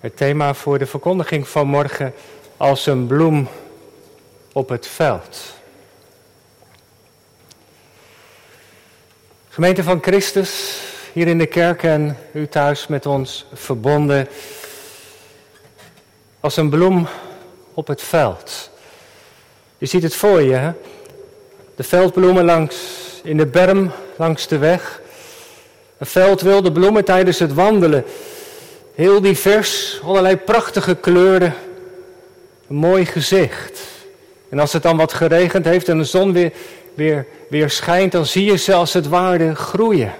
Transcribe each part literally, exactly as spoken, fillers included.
Het thema voor de verkondiging van morgen: als een bloem op het veld. Gemeente van Christus, hier in de kerk en u thuis met ons verbonden. Als een bloem op het veld. Je ziet het voor je, hè? De veldbloemen langs, in de berm, langs de weg. Een veld wilde bloemen tijdens het wandelen. Heel divers, allerlei prachtige kleuren. Een mooi gezicht. En als het dan wat geregend heeft en de zon weer, weer, weer schijnt, dan zie je ze als het ware groeien.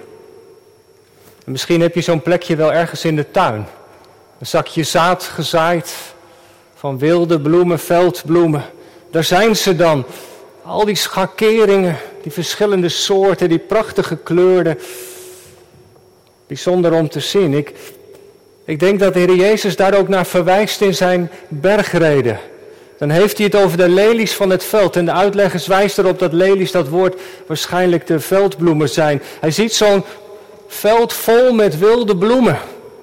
En misschien heb je zo'n plekje wel ergens in de tuin. Een zakje zaad gezaaid van wilde bloemen, veldbloemen. Daar zijn ze dan. Al die schakeringen, die verschillende soorten, die prachtige kleuren. Bijzonder om te zien. Ik, ik denk dat de Heer Jezus daar ook naar verwijst in zijn bergreden. Dan heeft hij het over de lelies van het veld. En de uitleggers wijst erop dat lelies, dat woord, waarschijnlijk de veldbloemen zijn. Hij ziet zo'n veld vol met wilde bloemen.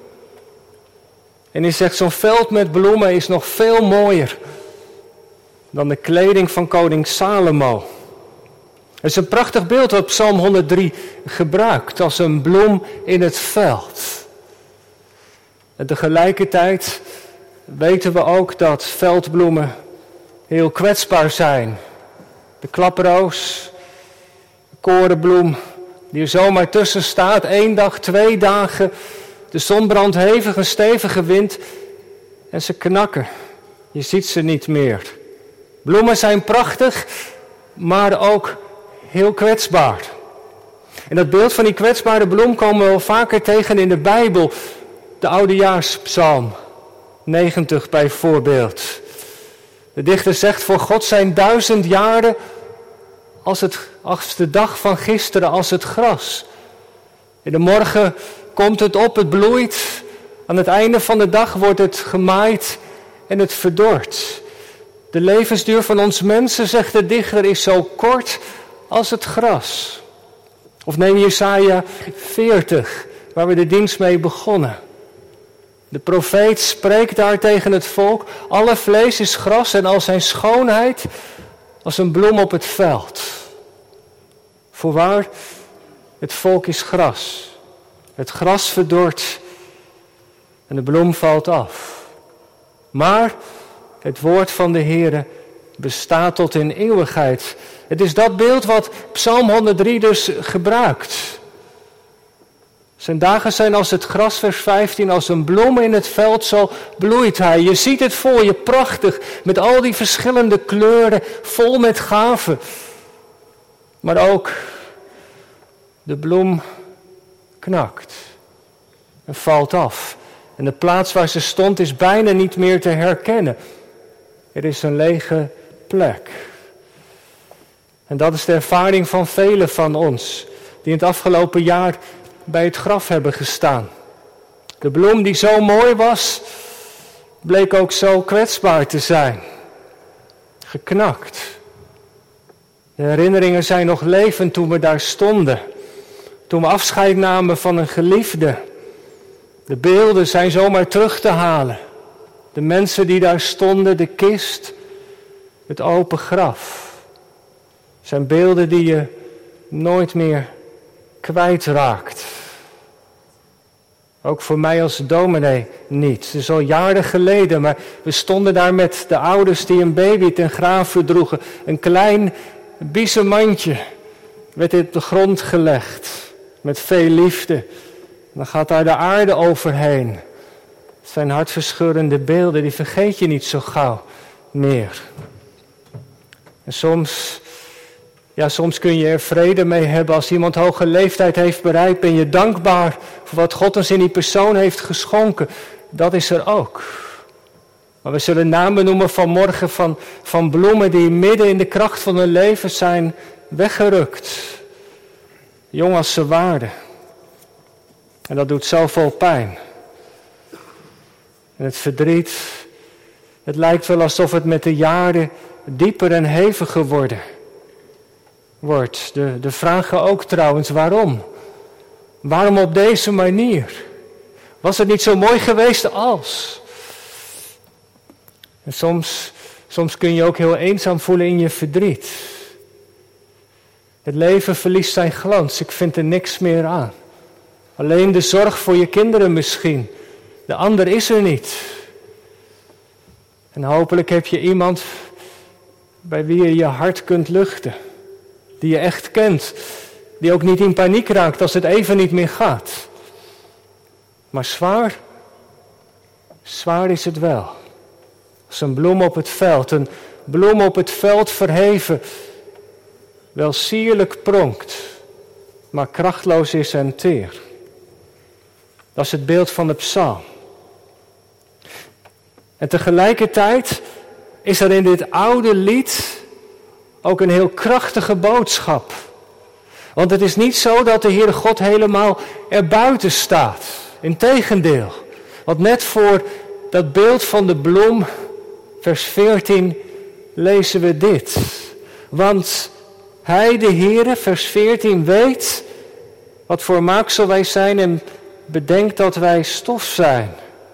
En hij zegt, zo'n veld met bloemen is nog veel mooier dan de kleding van koning Salomo. Het is een prachtig beeld wat Psalm honderddrie gebruikt, als een bloem in het veld. En tegelijkertijd weten we ook dat veldbloemen heel kwetsbaar zijn. De klaproos, de korenbloem, die er zomaar tussen staat, één dag, twee dagen. De zon brandt hevig, een stevige wind en ze knakken. Je ziet ze niet meer. Bloemen zijn prachtig, maar ook heel kwetsbaar. En dat beeld van die kwetsbare bloem komen we wel vaker tegen in de Bijbel. De Oudejaarspsalm negentig bijvoorbeeld. De dichter zegt, voor God zijn duizend jaren als, het, als de dag van gisteren, als het gras. In de morgen komt het op, het bloeit. Aan het einde van de dag wordt het gemaaid en het verdort. De levensduur van ons mensen, zegt de dichter, is zo kort als het gras. Of neem Jesaja veertig, waar we de dienst mee begonnen. De profeet spreekt daar tegen het volk. Alle vlees is gras en al zijn schoonheid als een bloem op het veld. Voorwaar, het volk is gras. Het gras verdort en de bloem valt af. Maar het woord van de Heere bestaat tot in eeuwigheid. Het is dat beeld wat Psalm honderddrie dus gebruikt. Zijn dagen zijn als het gras, vers vijftien, als een bloem in het veld, zo bloeit hij. Je ziet het voor je, prachtig, met al die verschillende kleuren, vol met gaven. Maar ook de bloem knakt en valt af. En de plaats waar ze stond is bijna niet meer te herkennen. Er is een lege plek. En dat is de ervaring van velen van ons, die in het afgelopen jaar bij het graf hebben gestaan. De bloem die zo mooi was, bleek ook zo kwetsbaar te zijn. Geknakt. De herinneringen zijn nog levend toen we daar stonden. Toen we afscheid namen van een geliefde. De beelden zijn zomaar terug te halen. De mensen die daar stonden, de kist, het open graf. Zijn beelden die je nooit meer kwijtraakt. Ook voor mij als dominee niet. Het is al jaren geleden, maar we stonden daar met de ouders die een baby ten grave droegen. Een klein biezenmandje werd op de grond gelegd met veel liefde. Dan gaat daar de aarde overheen. Het zijn hartverscheurende beelden, die vergeet je niet zo gauw meer. En soms, ja, soms kun je er vrede mee hebben als iemand hoge leeftijd heeft bereikt. Ben je dankbaar voor wat God ons in die persoon heeft geschonken. Dat is er ook. Maar we zullen namen noemen vanmorgen van, van bloemen die midden in de kracht van hun leven zijn weggerukt. Jong als ze waren. En dat doet zoveel pijn. En het verdriet, het lijkt wel alsof het met de jaren dieper en heviger worden wordt. De, de vragen ook trouwens, waarom? Waarom op deze manier? Was het niet zo mooi geweest als? En soms, soms kun je ook heel eenzaam voelen in je verdriet. Het leven verliest zijn glans. Ik vind er niks meer aan. Alleen de zorg voor je kinderen misschien. De ander is er niet. En hopelijk heb je iemand bij wie je je hart kunt luchten. Die je echt kent. Die ook niet in paniek raakt als het even niet meer gaat. Maar zwaar, zwaar is het wel. Als een bloem op het veld, een bloem op het veld verheven, wel sierlijk pronkt, maar krachtloos is en teer. Dat is het beeld van de psalm. En tegelijkertijd is er in dit oude lied ook een heel krachtige boodschap. Want het is niet zo dat de Heere God helemaal erbuiten staat. Integendeel. Want net voor dat beeld van de bloem, vers veertien, lezen we dit. Want Hij, de Heere, vers veertien, weet wat voor maaksel wij zijn en bedenkt dat wij stof zijn.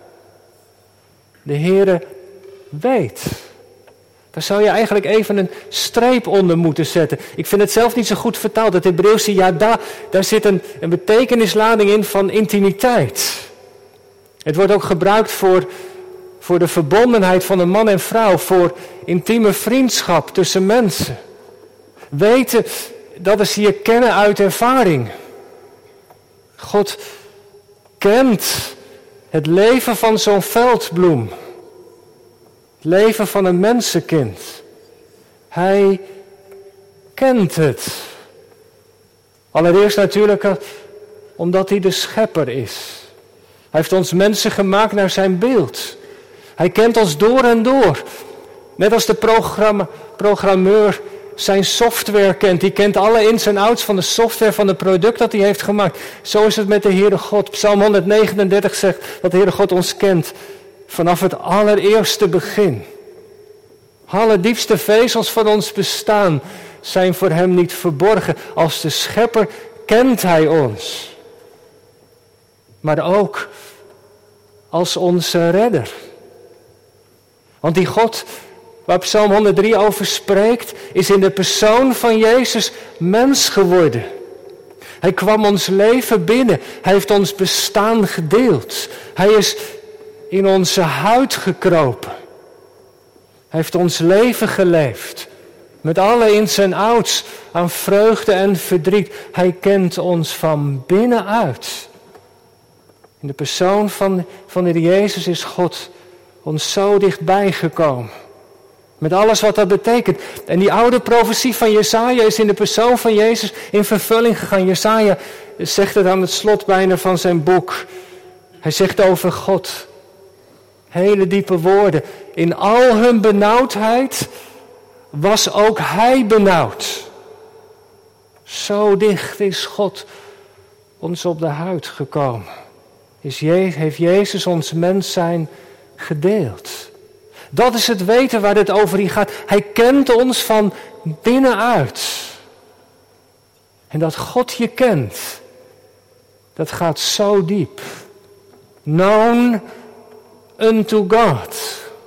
De Heere weet. Daar zou je eigenlijk even een streep onder moeten zetten. Ik vind het zelf niet zo goed vertaald. Het Hebreeuwse yada, daar zit een, een betekenislading in van intimiteit. Het wordt ook gebruikt voor, voor de verbondenheid van een man en vrouw. Voor intieme vriendschap tussen mensen. Weten, dat is hier kennen uit ervaring. God kent het leven van zo'n veldbloem. Het leven van een mensenkind. Hij kent het. Allereerst natuurlijk omdat hij de schepper is. Hij heeft ons mensen gemaakt naar zijn beeld. Hij kent ons door en door. Net als de programma, programmeur zijn software kent. Die kent alle ins en outs van de software van het product dat hij heeft gemaakt. Zo is het met de Heere God. Psalm honderdnegenendertig zegt dat de Heere God ons kent vanaf het allereerste begin. Alle diepste vezels van ons bestaan zijn voor hem niet verborgen. Als de schepper kent hij ons. Maar ook als onze redder. Want die God waar Psalm honderddrie over spreekt, is in de persoon van Jezus mens geworden. Hij kwam ons leven binnen. Hij heeft ons bestaan gedeeld. Hij is in onze huid gekropen. Hij heeft ons leven geleefd. Met alle ins en outs aan vreugde en verdriet. Hij kent ons van binnenuit. In de persoon van, van de Jezus is God ons zo dichtbij gekomen. Met alles wat dat betekent. En die oude profetie van Jesaja is in de persoon van Jezus in vervulling gegaan. Jesaja zegt het aan het slot bijna van zijn boek. Hij zegt over God hele diepe woorden. In al hun benauwdheid was ook hij benauwd. Zo dicht is God ons op de huid gekomen. Is Je, heeft Jezus ons mens zijn gedeeld. Dat is het weten waar het over hier gaat. Hij kent ons van binnenuit. En dat God je kent, dat gaat zo diep. Known unto God.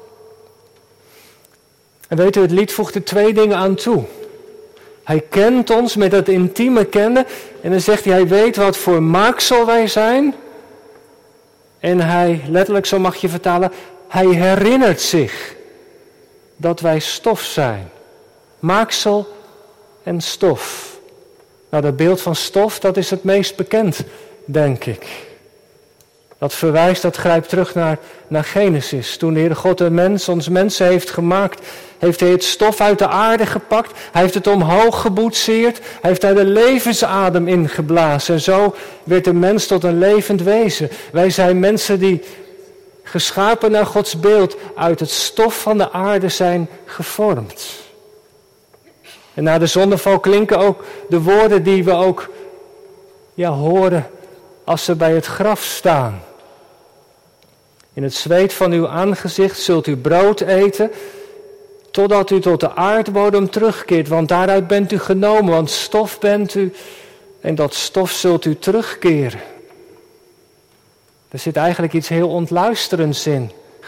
En weet u, het lied voegt er twee dingen aan toe. Hij kent ons met dat intieme kennen. En dan zegt hij, hij weet wat voor maaksel wij zijn. En hij, letterlijk zo mag je vertalen, hij herinnert zich dat wij stof zijn. Maaksel en stof. Nou, dat beeld van stof, dat is het meest bekend, denk ik. Dat verwijst, dat grijpt terug naar, naar Genesis. Toen de Heere God de mens, ons mensen heeft gemaakt, heeft hij het stof uit de aarde gepakt. Hij heeft het omhoog geboetseerd. Hij heeft daar de levensadem in geblazen. En zo werd de mens tot een levend wezen. Wij zijn mensen die geschapen naar Gods beeld uit het stof van de aarde zijn gevormd. En na de zondeval klinken ook de woorden die we ook ja, horen als ze bij het graf staan. In het zweet van uw aangezicht zult u brood eten, totdat u tot de aardbodem terugkeert. Want daaruit bent u genomen, want stof bent u en dat stof zult u terugkeren. Er zit eigenlijk iets heel ontluisterends in.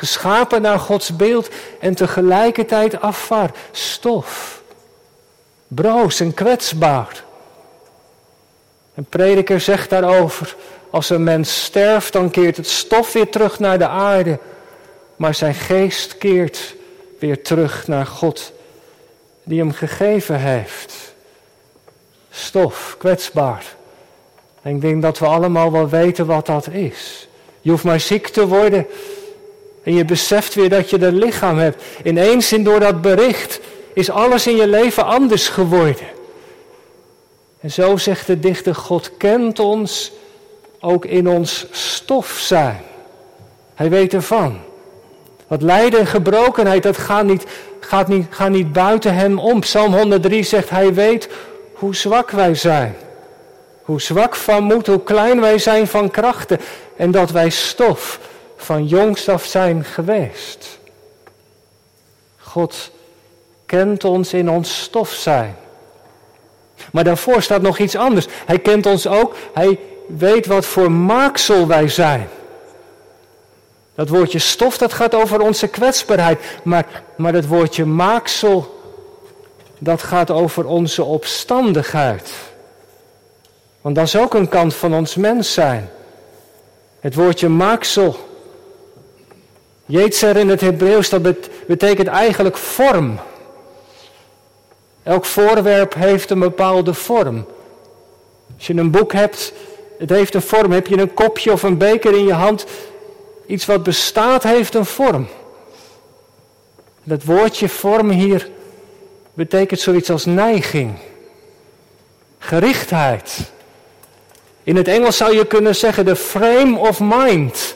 Geschapen naar Gods beeld en tegelijkertijd afvaar. Stof. Broos en kwetsbaar. Een prediker zegt daarover, als een mens sterft, dan keert het stof weer terug naar de aarde. Maar zijn geest keert weer terug naar God, die hem gegeven heeft. Stof, kwetsbaar. En ik denk dat we allemaal wel weten wat dat is. Je hoeft maar ziek te worden en je beseft weer dat je een lichaam hebt. Ineens in door dat bericht is alles in je leven anders geworden. En zo zegt de dichter, God kent ons ook in ons stof zijn. Hij weet ervan. Wat lijden en gebrokenheid, dat gaat niet, gaat niet, gaat niet buiten hem om. Psalm honderddrie zegt, hij weet hoe zwak wij zijn. Hoe zwak van moed, hoe klein wij zijn van krachten. En dat wij stof van jongs af zijn geweest. God kent ons in ons stof zijn. Maar daarvoor staat nog iets anders. Hij kent ons ook, hij weet wat voor maaksel wij zijn. Dat woordje stof, dat gaat over onze kwetsbaarheid. Maar, maar het woordje maaksel, dat gaat over onze opstandigheid. Want dat is ook een kant van ons mens zijn. Het woordje maaksel, Yetzer in het Hebreeuws, dat betekent eigenlijk vorm. Elk voorwerp heeft een bepaalde vorm. Als je een boek hebt, het heeft een vorm. Heb je een kopje of een beker in je hand, iets wat bestaat heeft een vorm. Dat woordje vorm hier betekent zoiets als neiging, gerichtheid. In het Engels zou je kunnen zeggen de frame of mind.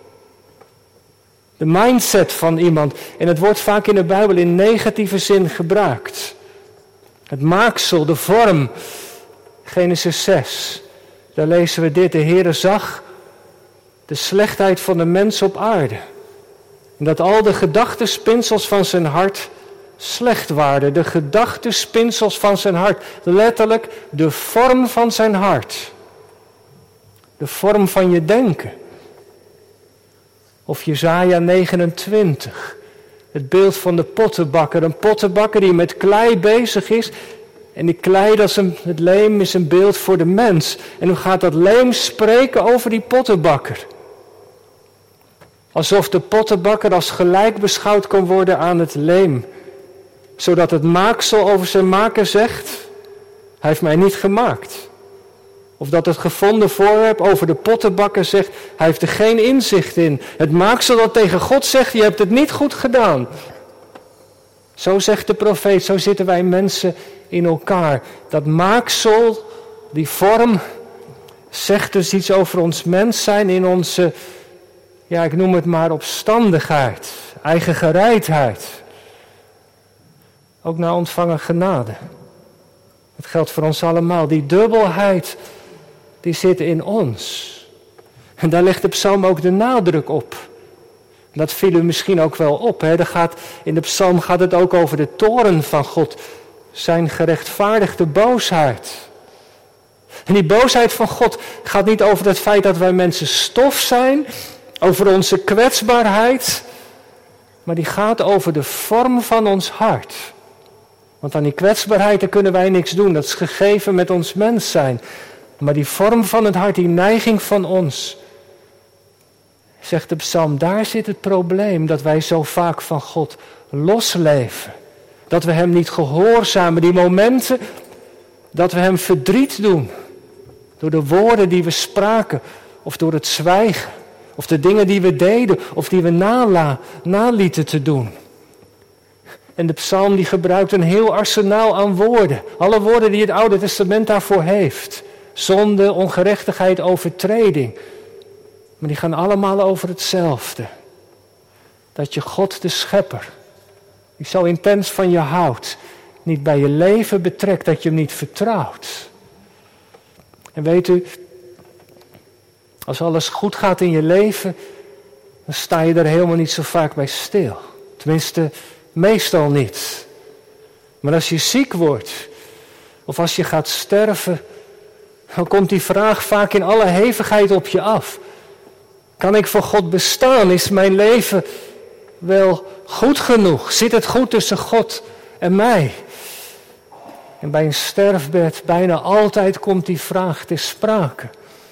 De mindset van iemand. En het wordt vaak in de Bijbel in negatieve zin gebruikt. Het maaksel, de vorm. Genesis zes. Daar lezen we dit. De Heere zag de slechtheid van de mens op aarde. En dat al de gedachtenspinsels van zijn hart slecht waren. De gedachtenspinsels van zijn hart. Letterlijk de vorm van zijn hart. De vorm van je denken. Of Jesaja negenentwintig. Het beeld van de pottenbakker. Een pottenbakker die met klei bezig is. En die klei, dat is een, het leem, is een beeld voor de mens. En hoe gaat dat leem spreken over die pottenbakker? Alsof de pottenbakker als gelijk beschouwd kan worden aan het leem. Zodat het maaksel over zijn maker zegt, hij heeft mij niet gemaakt. Of dat het gevonden voorwerp over de pottenbakker zegt, hij heeft er geen inzicht in. Het maaksel dat tegen God zegt, je hebt het niet goed gedaan. Zo zegt de profeet, zo zitten wij mensen in elkaar. Dat maaksel, die vorm, zegt dus iets over ons mens zijn in onze, ja ik noem het maar opstandigheid, eigen gereidheid. Ook naar ontvangen genade. Het geldt voor ons allemaal. Die dubbelheid, die zit in ons. En daar legt de psalm ook de nadruk op. Dat viel u misschien ook wel op. Hè? Er gaat, in de psalm gaat het ook over de toorn van God. Zijn gerechtvaardigde boosheid. En die boosheid van God gaat niet over het feit dat wij mensen stof zijn. Over onze kwetsbaarheid. Maar die gaat over de vorm van ons hart. Want aan die kwetsbaarheid, daar kunnen wij niks doen. Dat is gegeven met ons mens zijn. Maar die vorm van het hart, die neiging van ons. Zegt de psalm, daar zit het probleem. Dat wij zo vaak van God losleven. Dat we hem niet gehoorzamen. Die momenten dat we hem verdriet doen. Door de woorden die we spraken. Of door het zwijgen. Of de dingen die we deden. Of die we nala, nalieten te doen. En de psalm die gebruikt een heel arsenaal aan woorden. Alle woorden die het Oude Testament daarvoor heeft. Zonde, ongerechtigheid, overtreding. Maar die gaan allemaal over hetzelfde. Dat je God de schepper, die zo intens van je houdt, niet bij je leven betrekt, dat je hem niet vertrouwt. En weet u, als alles goed gaat in je leven, dan sta je er helemaal niet zo vaak bij stil. Tenminste, meestal niet. Maar als je ziek wordt, of als je gaat sterven, dan komt die vraag vaak in alle hevigheid op je af. Kan ik voor God bestaan? Is mijn leven wel goed genoeg? Zit het goed tussen God en mij? En bij een sterfbed bijna altijd komt die vraag ter sprake.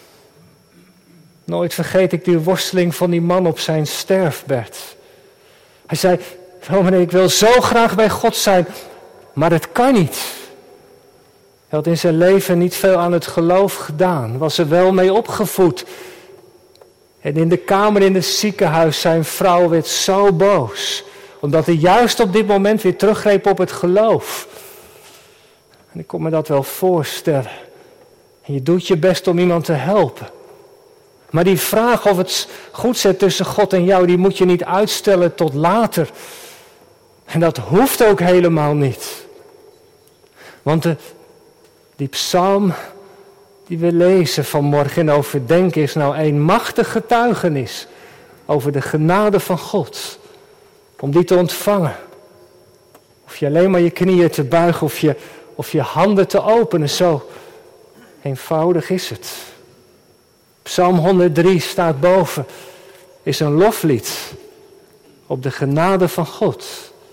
Nooit vergeet ik die worsteling van die man op zijn sterfbed. Hij zei, dominee, ik wil zo graag bij God zijn, maar het kan niet. Hij had in zijn leven niet veel aan het geloof gedaan, was er wel mee opgevoed. En in de kamer in het ziekenhuis, zijn vrouw werd zo boos, omdat hij juist op dit moment weer teruggreep op het geloof. En ik kon me dat wel voorstellen. En je doet je best om iemand te helpen. Maar die vraag of het goed zit tussen God en jou, die moet je niet uitstellen tot later. En dat hoeft ook helemaal niet. Want de, die psalm die we lezen vanmorgen en overdenken is nou een machtig getuigenis over de genade van God. Om die te ontvangen. Of je alleen maar je knieën te buigen of je, of je handen te openen. Zo eenvoudig is het. Psalm honderddrie staat boven. Is een loflied op de genade van God.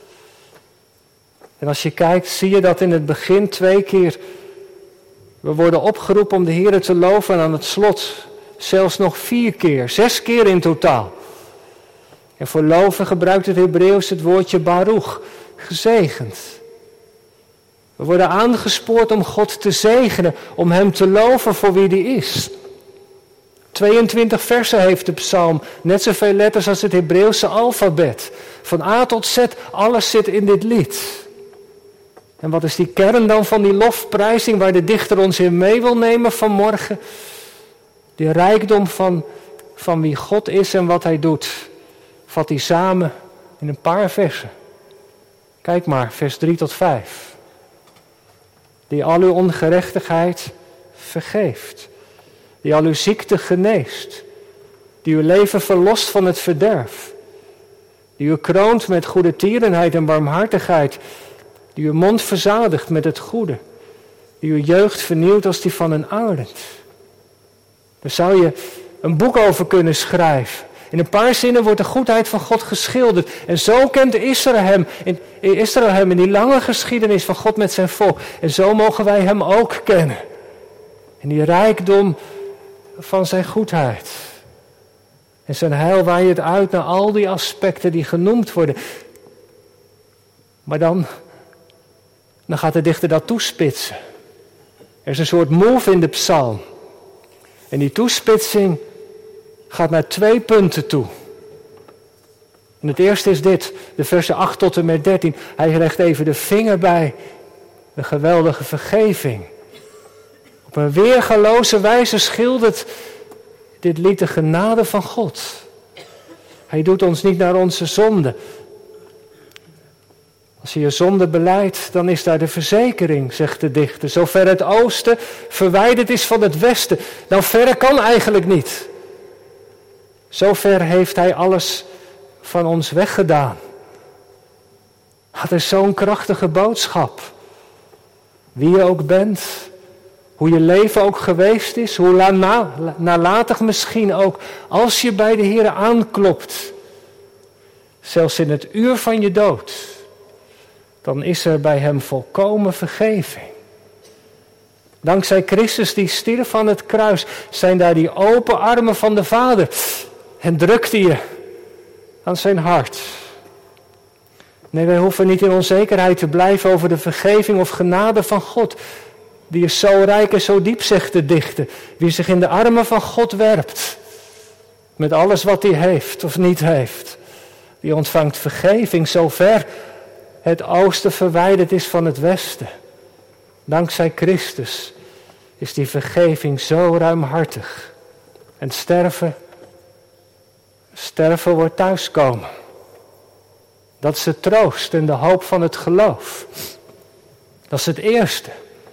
En als je kijkt, zie je dat in het begin twee keer we worden opgeroepen om de Heere te loven en aan het slot zelfs nog vier keer, zes keer in totaal. En voor loven gebruikt het Hebreeuws het woordje baruch, gezegend. We worden aangespoord om God te zegenen, om Hem te loven voor wie die is. tweeëntwintig versen heeft de psalm, net zoveel letters als het Hebreeuwse alfabet. Van A tot Z, alles zit in dit lied. En wat is die kern dan van die lofprijzing waar de dichter ons in mee wil nemen vanmorgen? Die rijkdom van, van wie God is en wat Hij doet, vat hij samen in een paar versen. Kijk maar, vers drie tot vijf. Die al uw ongerechtigheid vergeeft. Die al uw ziekte geneest. Die uw leven verlost van het verderf. Die u kroont met goede tierenheid en barmhartigheid. Die uw mond verzadigt met het goede. Die uw jeugd vernieuwt als die van een arend. Daar zou je een boek over kunnen schrijven. In een paar zinnen wordt de goedheid van God geschilderd. En zo kent Israël hem, in, Israël hem in die lange geschiedenis van God met zijn volk. En zo mogen wij hem ook kennen. En die rijkdom van zijn goedheid. En zijn heil waait het uit naar al die aspecten die genoemd worden. Maar dan, dan gaat de dichter dat toespitsen. Er is een soort move in de psalm. En die toespitsing gaat naar twee punten toe. En het eerste is dit, de versen acht tot en met dertien. Hij legt even de vinger bij de geweldige vergeving. Op een weergaloze wijze schildert dit lied de genade van God. Hij doet ons niet naar onze zonde. Als je je zonde belijdt, dan is daar de verzekering, zegt de dichter. Zover het oosten verwijderd is van het westen. Nou, verder kan eigenlijk niet. Zover heeft hij alles van ons weggedaan. Dat is zo'n krachtige boodschap. Wie je ook bent, hoe je leven ook geweest is, hoe na, nalatig misschien ook, als je bij de Heer aanklopt, zelfs in het uur van je dood, dan is er bij hem volkomen vergeving. Dankzij Christus die stierf aan het kruis, zijn daar die open armen van de Vader en drukt hij je aan zijn hart. Nee, wij hoeven niet in onzekerheid te blijven over de vergeving of genade van God. Die is zo rijk en zo diep, zegt de dichter. Wie zich in de armen van God werpt, met alles wat hij heeft of niet heeft, die ontvangt vergeving zover het oosten verwijderd is van het westen. Dankzij Christus is die vergeving zo ruimhartig. En sterven, sterven wordt thuiskomen. Dat is de troost en de hoop van het geloof. Dat is het eerste.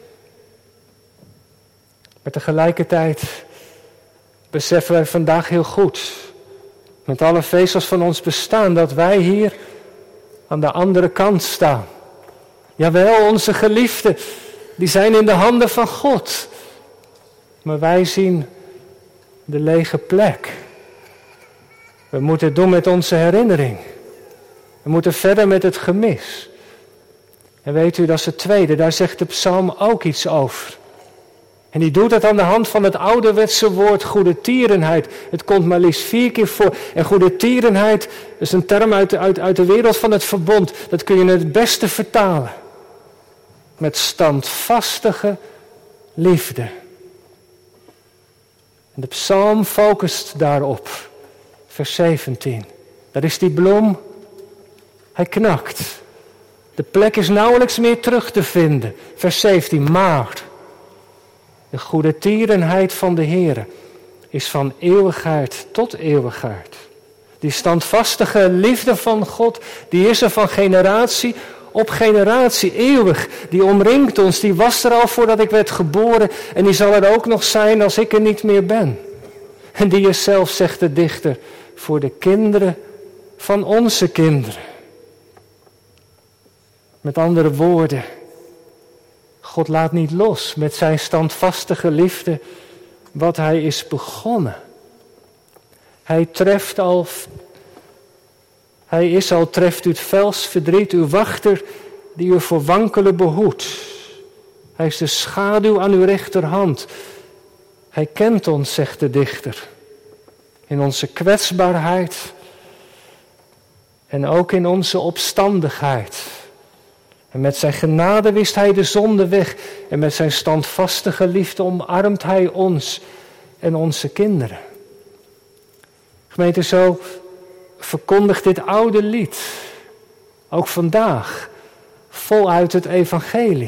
Maar tegelijkertijd beseffen wij vandaag heel goed, met alle vezels van ons bestaan, dat wij hier aan de andere kant staan. Jawel, onze geliefden, die zijn in de handen van God. Maar wij zien de lege plek. We moeten het doen met onze herinnering. We moeten verder met het gemis. En weet u, dat is het tweede, daar zegt de psalm ook iets over. En die doet dat aan de hand van het ouderwetse woord goedertierenheid. Het komt maar liefst vier keer voor. En goedertierenheid is een term uit, uit, uit de wereld van het verbond. Dat kun je het beste vertalen. Met standvastige liefde. En de psalm focust daarop. Vers zeventien. Dat is die bloem. Hij knakt. De plek is nauwelijks meer terug te vinden. Vers zeventien. Maar de goedertierenheid van de Heere is van eeuwigheid tot eeuwigheid. Die standvastige liefde van God, die is er van generatie op generatie, eeuwig. Die omringt ons, die was er al voordat ik werd geboren en die zal er ook nog zijn als ik er niet meer ben. En die is zelf, zegt de dichter, voor de kinderen van onze kinderen. Met andere woorden, God laat niet los met zijn standvastige liefde wat hij is begonnen. Hij treft al, hij is al, treft u het fels verdriet, uw wachter die u voor wankelen behoedt. Hij is de schaduw aan uw rechterhand. Hij kent ons, zegt de dichter, in onze kwetsbaarheid en ook in onze opstandigheid. En met zijn genade wist hij de zonde weg. En met zijn standvastige liefde omarmt hij ons en onze kinderen. Gemeente, zo verkondigt dit oude lied, ook vandaag, voluit het evangelie.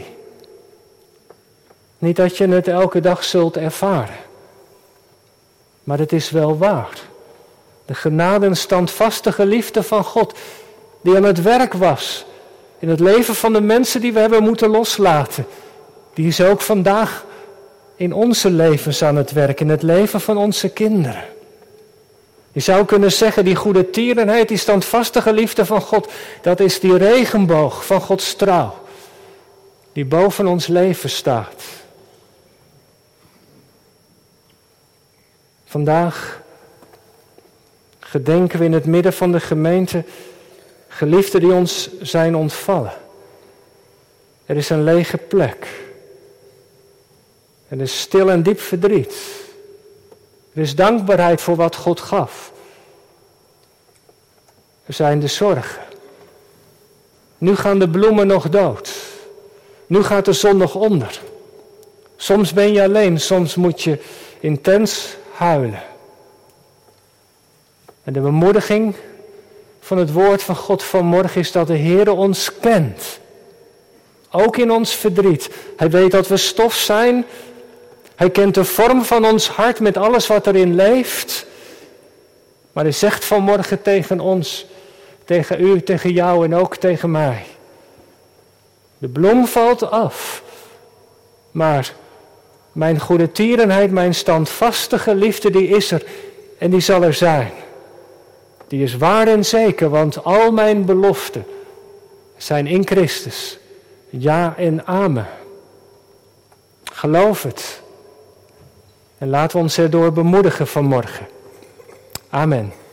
Niet dat je het elke dag zult ervaren. Maar het is wel waar. De genade en standvastige liefde van God, die aan het werk was in het leven van de mensen die we hebben moeten loslaten, die is ook vandaag in onze levens aan het werk, in het leven van onze kinderen. Je zou kunnen zeggen, die goedertierenheid, die standvastige liefde van God, dat is die regenboog van Gods trouw, die boven ons leven staat. Vandaag gedenken we in het midden van de gemeente geliefden die ons zijn ontvallen. Er is een lege plek. Er is stil en diep verdriet. Er is dankbaarheid voor wat God gaf. Er zijn de zorgen. Nu gaan de bloemen nog dood. Nu gaat de zon nog onder. Soms ben je alleen, soms moet je intens huilen. En de bemoediging van het woord van God vanmorgen is dat de Heere ons kent. Ook in ons verdriet. Hij weet dat we stof zijn. Hij kent de vorm van ons hart met alles wat erin leeft. Maar hij zegt vanmorgen tegen ons, tegen u, tegen jou en ook tegen mij. De bloem valt af. Maar mijn goedertierenheid, mijn standvastige liefde, die is er en die zal er zijn. Die is waar en zeker, want al mijn beloften zijn in Christus. Ja en amen. Geloof het. En laten we ons erdoor bemoedigen vanmorgen. Amen.